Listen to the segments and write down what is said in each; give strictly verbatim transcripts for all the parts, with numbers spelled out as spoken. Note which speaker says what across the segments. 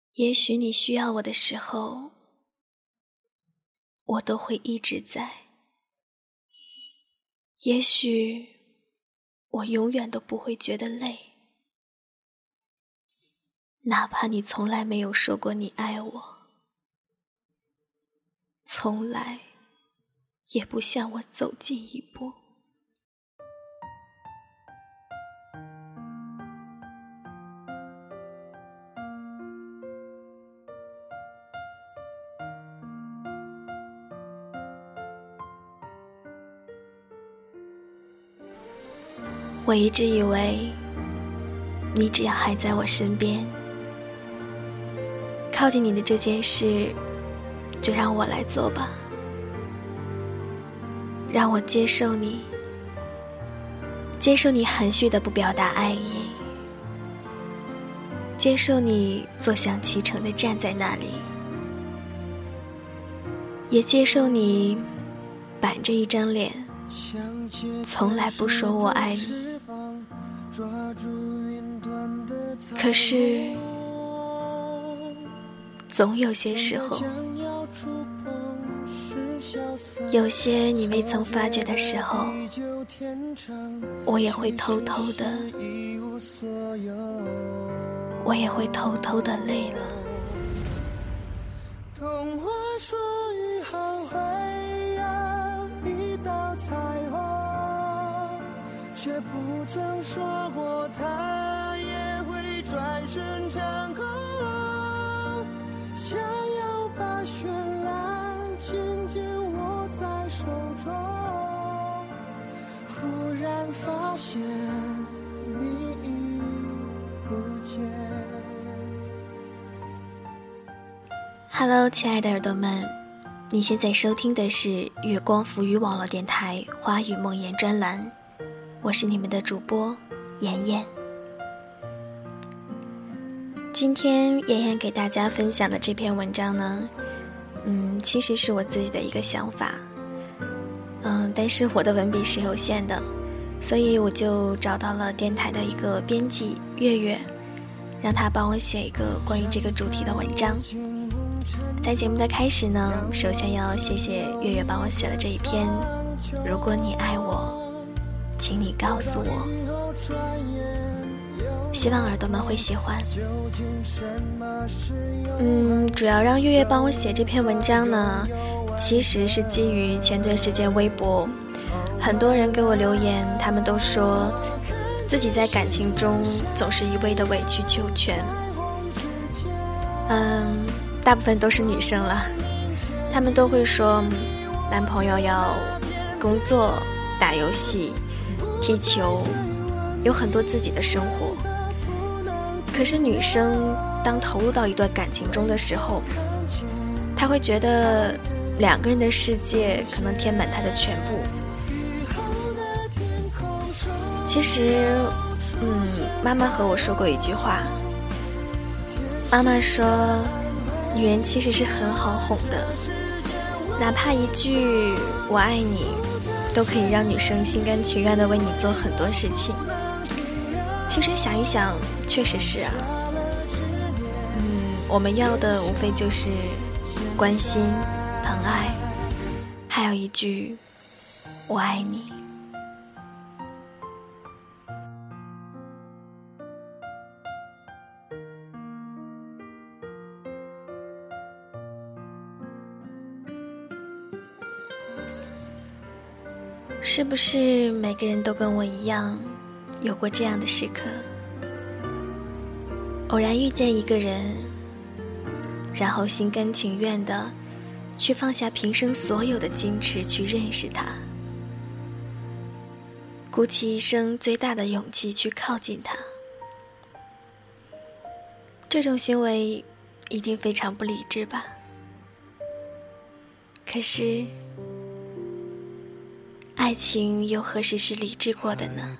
Speaker 1: 也许你需要我的时候，我都会一直在。也许我永远都不会觉得累，哪怕你从来没有说过你爱我，从来也不向我走近一步。我一直以为，你只要还在我身边，靠近你的这件事，就让我来做吧。让我接受你，接受你含蓄的不表达爱意，接受你坐享其成的站在那里，也接受你板着一张脸，从来不说我爱你。可是总有些时候，有些你未曾发觉的时候，我也会偷偷的我也会偷偷的累了。
Speaker 2: 童话说雨后会有一道彩虹，却不曾说过它也会转瞬成空。想要把绚烂紧紧握在手中，忽然发现你已不见。
Speaker 1: Hello， 亲爱的耳朵们，你现在收听的是月光浮语网络电台花语梦言专栏，我是你们的主播妍妍。今天妍妍给大家分享的这篇文章呢，嗯，其实是我自己的一个想法，嗯，但是我的文笔是有限的，所以我就找到了电台的一个编辑月月，让他帮我写一个关于这个主题的文章。在节目的开始呢，首先要谢谢月月帮我写了这一篇如果你爱我，请你告诉我，希望耳朵们会喜欢。嗯，主要让月月帮我写这篇文章呢，其实是基于前段时间微博很多人给我留言，他们都说自己在感情中总是一味的委曲求全。嗯，大部分都是女生了，他们都会说男朋友要工作、打游戏、踢球，有很多自己的生活。可是女生当投入到一段感情中的时候，她会觉得两个人的世界可能填满她的全部。其实嗯，妈妈和我说过一句话，妈妈说女人其实是很好哄的，哪怕一句我爱你都可以让女生心甘情愿地为你做很多事情。其实想一想，确实是啊，嗯，我们要的无非就是关心、疼爱，还有一句我爱你。是不是每个人都跟我一样有过这样的时刻，偶然遇见一个人，然后心甘情愿地去放下平生所有的矜持去认识他，鼓起一生最大的勇气去靠近他。这种行为一定非常不理智吧？可是爱情又何时是理智过的呢？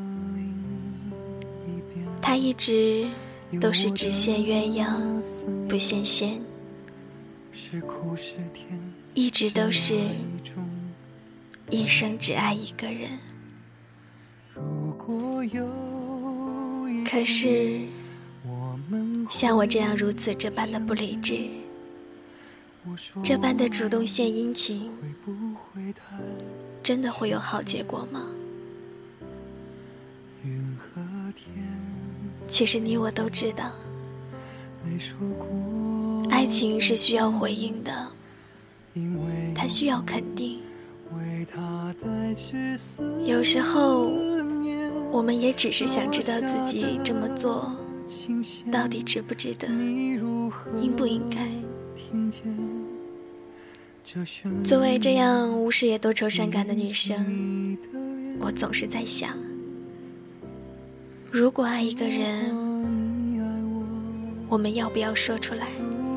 Speaker 1: 它一直都是只羡鸳鸯不羡仙，一直都是一生只爱一个人。可是像我这样如此这般的不理智，这般的主动献殷勤，真的会有好结果吗？其实你我都知道，爱情是需要回应的，它需要肯定。有时候我们也只是想知道自己这么做到底值不值得，应不应该。作为这样无事也多愁善感的女生，我总是在想，如果爱一个人，我们要不要说出来？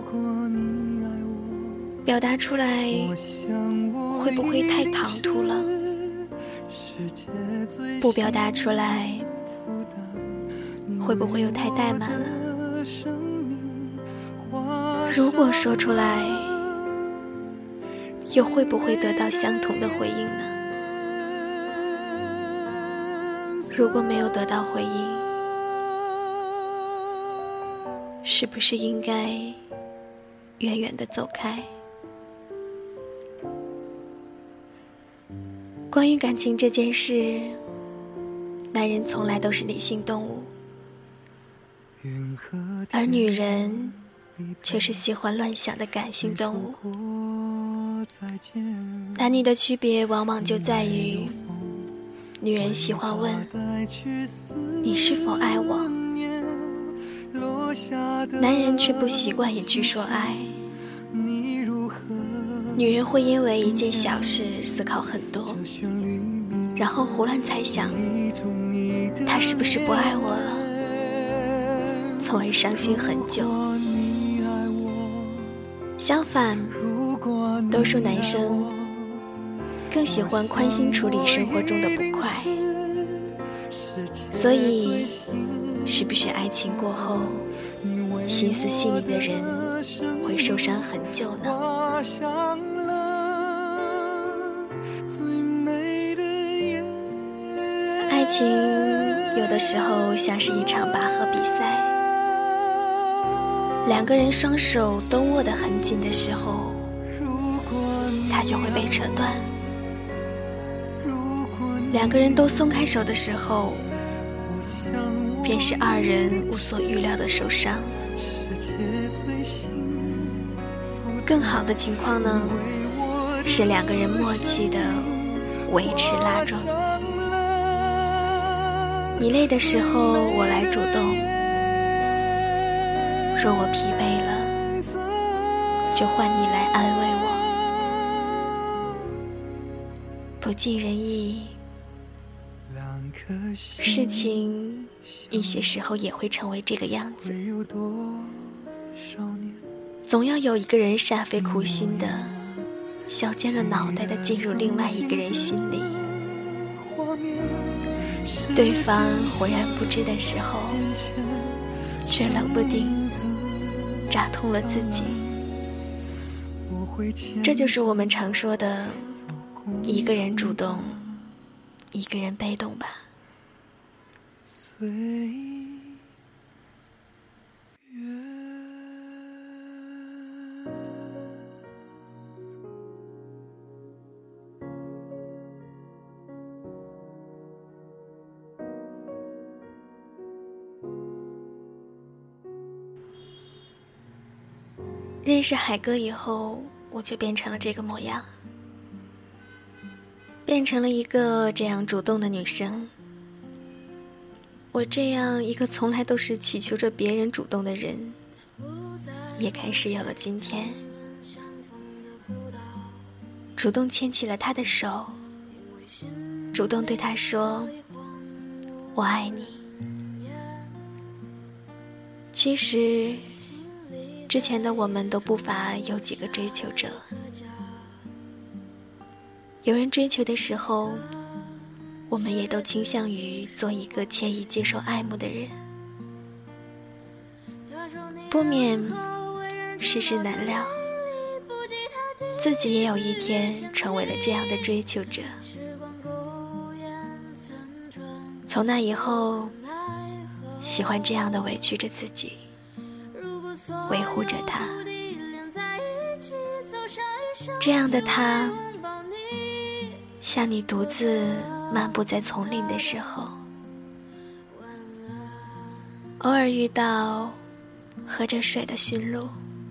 Speaker 1: 表达出来会不会太唐突了？不表达出来会不会又太怠慢了？如果说出来，又会不会得到相同的回应呢？如果没有得到回应，是不是应该远远地走开？关于感情这件事，男人从来都是理性动物，而女人却是喜欢乱想的感性动物。男女的区别往往就在于，女人喜欢问你是否爱我，男人却不习惯一句说爱。女人会因为一件小事思考很多，然后胡乱猜想他是不是不爱我了，从而伤心很久。相反，多数男生更喜欢宽心处理生活中的不快，所以是不是爱情过后，心思细腻的人会受伤很久呢？爱情有的时候像是一场拔河比赛，两个人双手都握得很紧的时候，它就会被扯断；两个人都松开手的时候，便是二人无所预料的受伤。更好的情况呢，是两个人默契的维持拉撞。你累的时候我来主动，若我疲惫了，就换你来安慰我。不尽人意，事情一些时候也会成为这个样子。总要有一个人煞费苦心的削尖了脑袋的进入另外一个人心里，对方浑然不知的时候，却冷不丁扎痛了自己。这就是我们常说的一个人主动，一个人被动吧。认识海哥以后，我就变成了这个模样，变成了一个这样主动的女生。我这样一个从来都是祈求着别人主动的人，也开始有了今天。主动牵起了他的手，主动对他说我爱你。其实之前的我们都不乏有几个追求者，有人追求的时候，我们也都倾向于做一个轻易接受爱慕的人，不免世事难料，自己也有一天成为了这样的追求者。从那以后，喜欢这样的委屈着自己， 维护着他。这样的他，像你独自漫步在丛林的时候，偶尔遇到喝着水的驯鹿，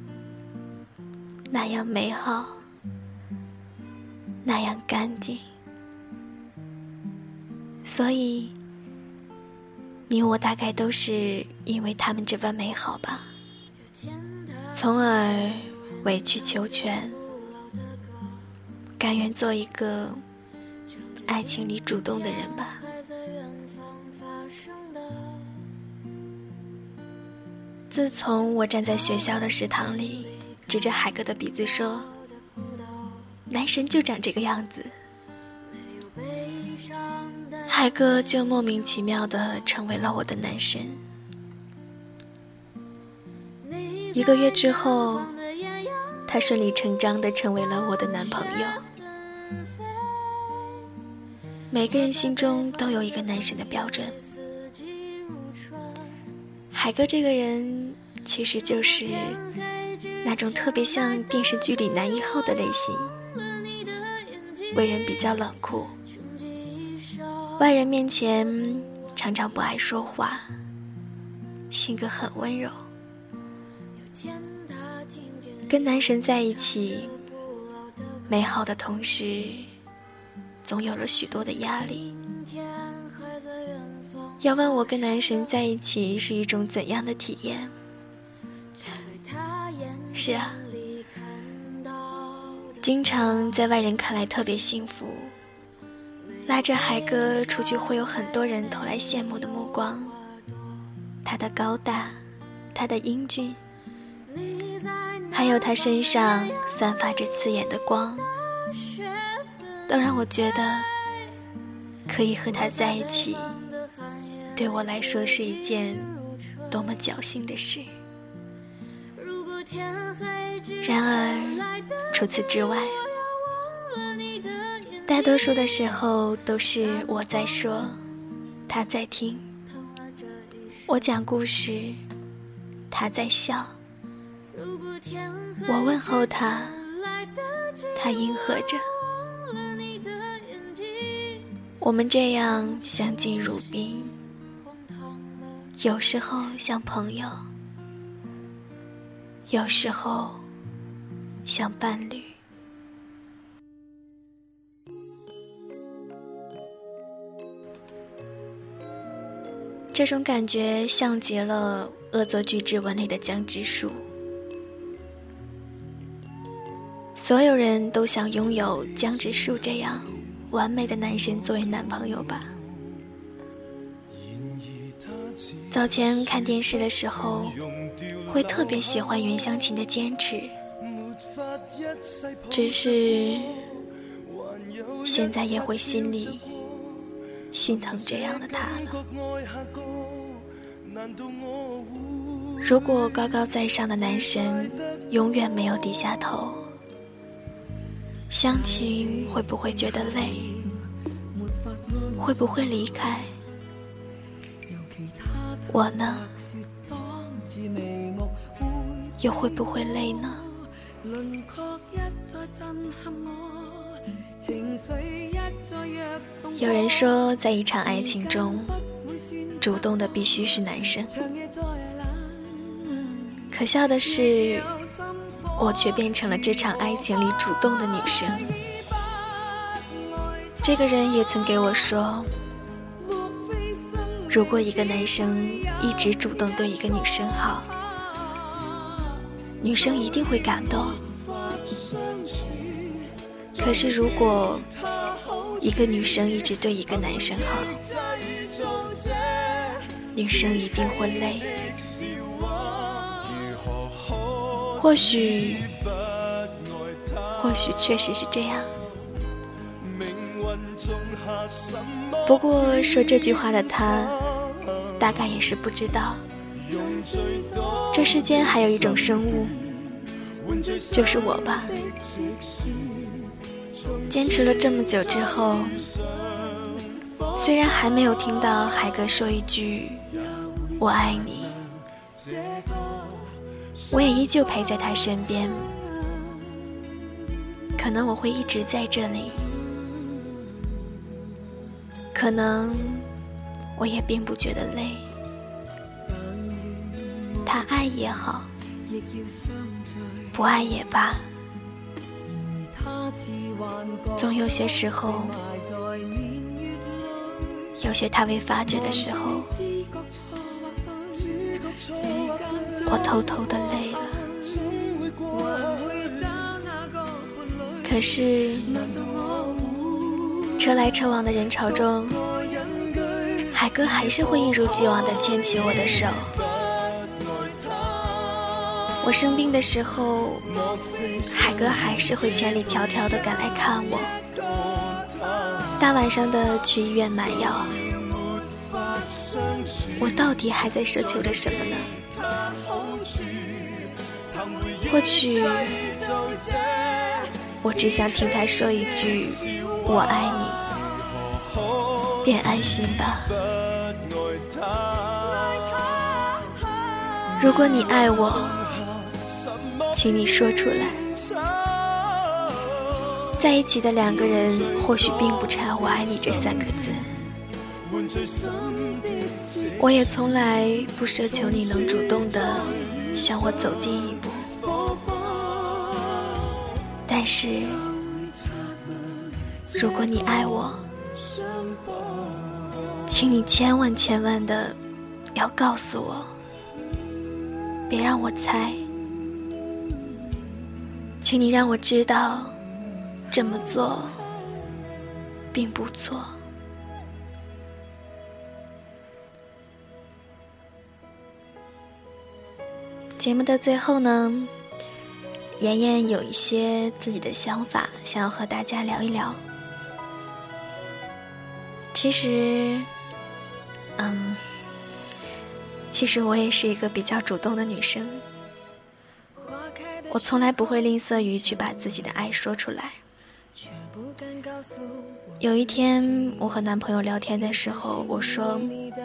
Speaker 1: 那样美好，那样干净。所以你我大概都是因为他们这般美好吧，从而委曲求全，甘愿做一个爱情里主动的人吧。自从我站在学校的食堂里指着海哥的鼻子说，男神就长这个样子，海哥就莫名其妙地成为了我的男神。一个月之后，他顺理成章地成为了我的男朋友。每个人心中都有一个男神的标准，海哥这个人其实就是那种特别像电视剧里男一号的类型，为人比较冷酷，外人面前常常不爱说话，性格很温柔。跟男神在一起，美好的同时总有了许多的压力。要问我跟男神在一起是一种怎样的体验？是啊，经常在外人看来特别幸福，拉着海哥出去会有很多人投来羡慕的目光，他的高大，他的英俊，还有他身上散发着刺眼的光，都让我觉得可以和他在一起，对我来说是一件多么侥幸的事。然而除此之外，大多数的时候都是我在说，他在听，我讲故事，他在笑，我问候他，他应和着，我们这样相敬如宾，有时候像朋友，有时候像伴侣。这种感觉像极了《恶作剧之吻》里的江直树。所有人都想拥有江直树这样完美的男神作为男朋友吧。早前看电视的时候，会特别喜欢袁湘琴的坚持，只是现在也会心里心疼这样的他了。如果高高在上的男神永远没有低下头，湘琴会不会觉得累？会不会离开？我呢？又会不会累呢？有人说，在一场爱情中，主动的必须是男生。可笑的是，我却变成了这场爱情里主动的女生。这个人也曾给我说，如果一个男生一直主动对一个女生好，女生一定会感动。可是如果一个女生一直对一个男生好，女生一定会累。或许或许确实是这样。不过说这句话的他大概也是不知道，这世间还有一种生物，就是我吧。坚持了这么久之后，虽然还没有听到海哥说一句我爱你， 我也依旧陪在他身边。可能我会一直在这里，可能我也并不觉得累。他爱也好，不爱也罢，总有些时候，有些他未发觉的时候，我偷偷的累了。可是车来车往的人潮中，海哥还是会一如既往地牵起我的手。我生病的时候，海哥还是会千里迢迢地赶来看我。大晚上的去医院买药，我到底还在奢求着什么呢？或许我只想听他说一句我爱你，便安心吧。如果你爱我，请你说出来。在一起的两个人或许并不差我爱你这三个字，我也从来不奢求你能主动地向我走近一步，但是如果你爱我，请你千万千万的要告诉我，别让我猜，请你让我知道这么做并不错。节目的最后呢，妍妍有一些自己的想法想要和大家聊一聊。其实嗯其实我也是一个比较主动的女生，我从来不会吝啬于去把自己的爱说出来。有一天我和男朋友聊天的时候，我说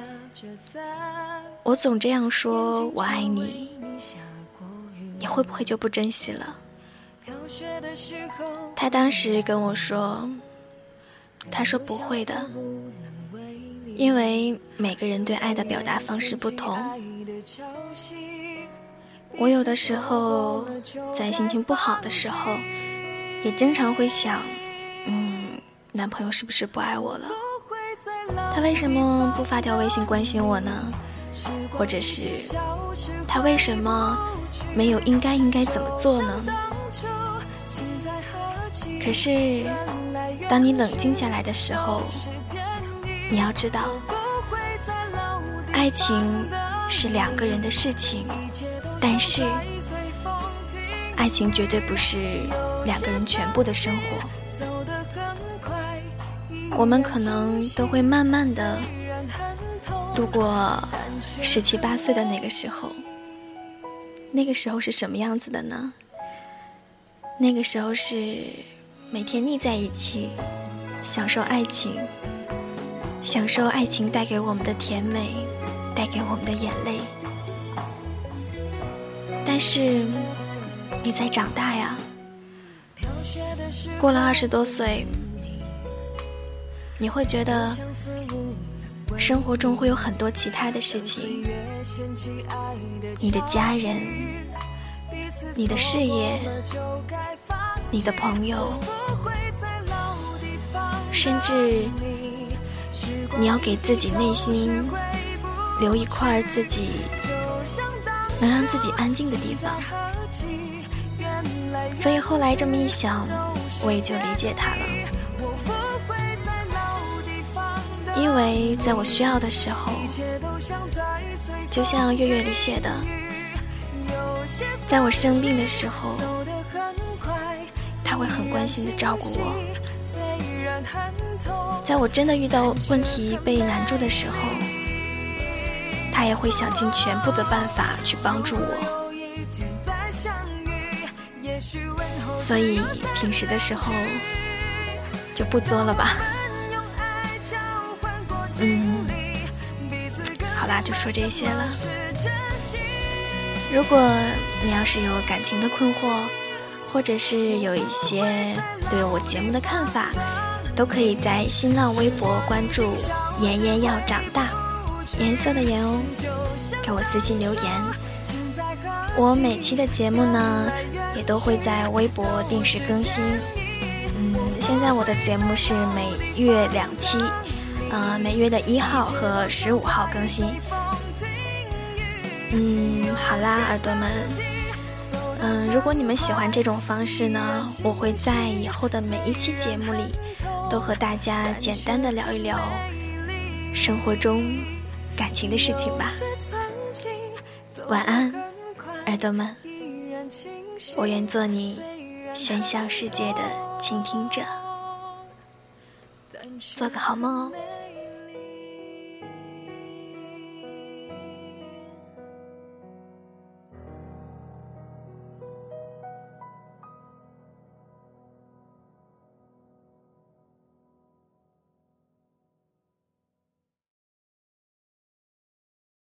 Speaker 1: 我总这样说我爱你，你会不会就不珍惜了？他当时跟我说，他说不会的，因为每个人对爱的表达方式不同。我有的时候在心情不好的时候，也经常会想，嗯，男朋友是不是不爱我了？他为什么不发条微信关心我呢？或者是他为什么没有应该应该怎么做呢？可是当你冷静下来的时候，你要知道，爱情是两个人的事情，但是爱情绝对不是两个人全部的生活。我们可能都会慢慢的度过十七八岁的那个时候。那个时候是什么样子的呢？那个时候是每天腻在一起，享受爱情，享受爱情带给我们的甜美，带给我们的眼泪。但是你在长大呀，过了二十多岁，你会觉得生活中会有很多其他的事情，你的家人，你的事业，你的朋友，甚至你要给自己内心留一块自己能让自己安静的地方。所以后来这么一想，我也就理解他了。因为在我需要的时候，就像月月里写的，在我生病的时候，他会很关心地照顾我，在我真的遇到问题被难住的时候，他也会想尽全部的办法去帮助我。所以平时的时候就不作了吧。嗯，好啦，就说这些了。 如果你要是有感情的困惑，或者是有一些对我节目的看法，都可以在新浪微博关注妍妍要长大，颜色的颜哦，给我私信留言。我每期的节目呢也都会在微博定时更新。嗯，现在我的节目是每月两期，呃，每月的一号和十五号更新。嗯，好啦，耳朵们，嗯，如果你们喜欢这种方式呢，我会在以后的每一期节目里都和大家简单的聊一聊生活中感情的事情吧。晚安，耳朵们，我愿做你喧嚣世界的倾听者，做个好梦哦。